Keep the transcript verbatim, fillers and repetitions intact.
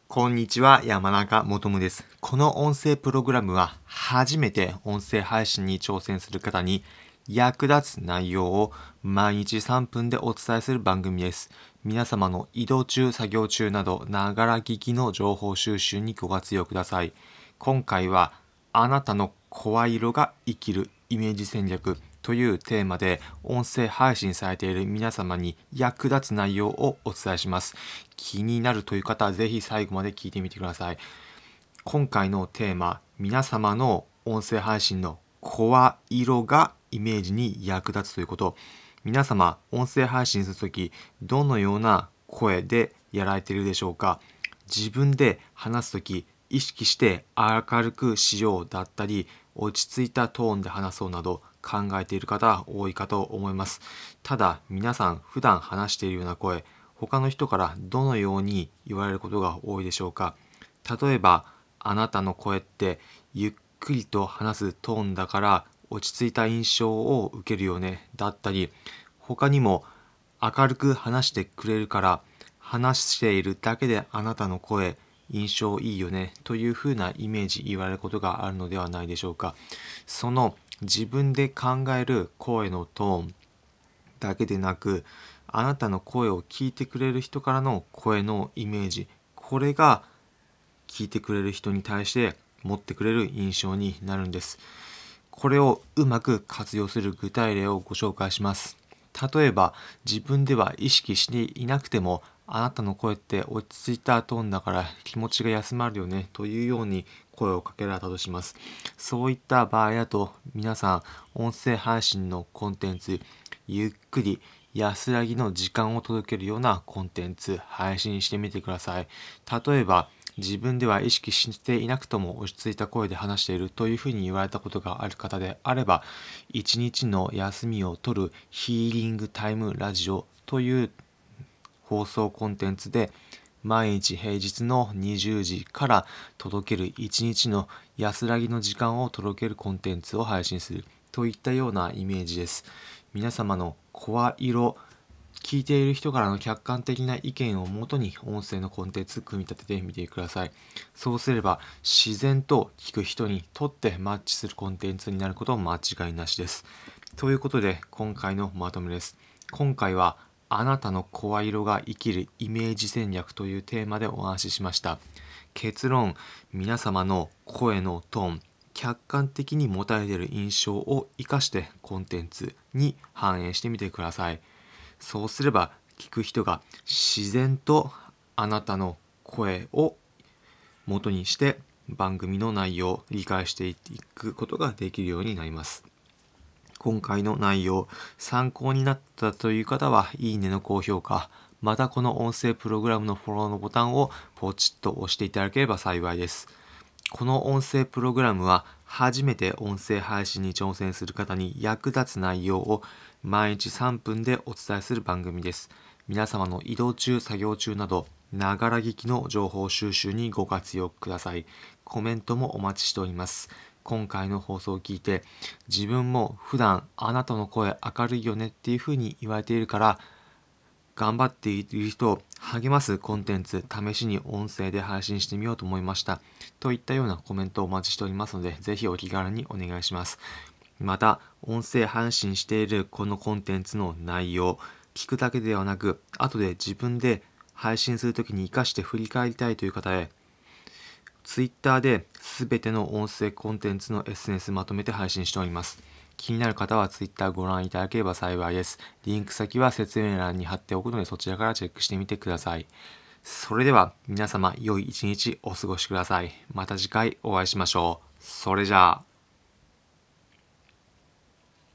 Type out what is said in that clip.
こんにちは、山中もとむです。この音声プログラムは初めて音声配信に挑戦する方に役立つ内容を毎日さんぷんでお伝えする番組です。皆様の移動中、作業中など、ながら聞きの情報収集にご活用ください。今回は、あなたの声色が生きるイメージ戦略というテーマで音声配信されている皆様に役立つ内容をお伝えします。気になるという方はぜひ最後まで聞いてみてください。今回のテーマ、皆様の音声配信の声色がイメージに役立つということ。皆様、音声配信するとき、どのような声でやられているでしょうか。自分で話すとき、意識して明るくしようだったり、落ち着いたトーンで話そうなど考えている方多いかと思います。ただ、皆さん普段話しているような声、他の人からどのように言われることが多いでしょうか。例えば、あなたの声ってゆっくりと話すトーンだから落ち着いた印象を受けるよねだったり、他にも明るく話してくれるから話しているだけであなたの声印象いいよねというふうなイメージ言われることがあるのではないでしょうか。その自分で考える声のトーンだけでなく、あなたの声を聞いてくれる人からの声のイメージ、これが聞いてくれる人に対して持ってくれる印象になるんです。これをうまく活用する具体例をご紹介します。例えば、自分では意識していなくても、あなたの声って落ち着いたトーンだから気持ちが休まるよねというように声をかけられたとします。そういった場合だと、皆さん音声配信のコンテンツ、ゆっくり安らぎの時間を届けるようなコンテンツ配信してみてください。例えば、自分では意識していなくとも落ち着いた声で話しているというふうに言われたことがある方であれば、一日の休みを取るヒーリングタイムラジオという放送コンテンツで毎日平日のにじゅうじから届ける一日の安らぎの時間を届けるコンテンツを配信するといったようなイメージです。皆様の声色、聞いている人からの客観的な意見をもとに音声のコンテンツ組み立ててみてください。そうすれば自然と聞く人にとってマッチするコンテンツになること間違いなしです。ということで今回のまとめです。今回はあなたの声色が生きるイメージ戦略というテーマでお話ししました。結論、皆様の声のトーン、客観的に持たれている印象を生かしてコンテンツに反映してみてください。そうすれば聞く人が自然とあなたの声を元にして番組の内容を理解していくことができるようになります。今回の内容、参考になったという方はいいねの高評価、またこの音声プログラムのフォローのボタンをポチッと押していただければ幸いです。この音声プログラムは初めて音声配信に挑戦する方に役立つ内容を毎日さんぷんでお伝えする番組です。皆様の移動中、作業中など、ながら聞きの情報収集にご活用ください。コメントもお待ちしております。今回の放送を聞いて、自分も普段あなたの声明るいよねっていうふうに言われているから、頑張っている人を励ますコンテンツ、試しに音声で配信してみようと思いました。といったようなコメントをお待ちしておりますので、ぜひお気軽にお願いします。また、音声配信しているこのコンテンツの内容、聞くだけではなく、後で自分で配信するときに活かして振り返りたいという方へ、Twitter で全ての音声コンテンツのエッセンスまとめて配信しております。気になる方は Twitter ご覧いただければ幸いです。リンク先は説明欄に貼っておくのでそちらからチェックしてみてください。それでは皆様良い一日お過ごしください。また次回お会いしましょう。それじゃあ。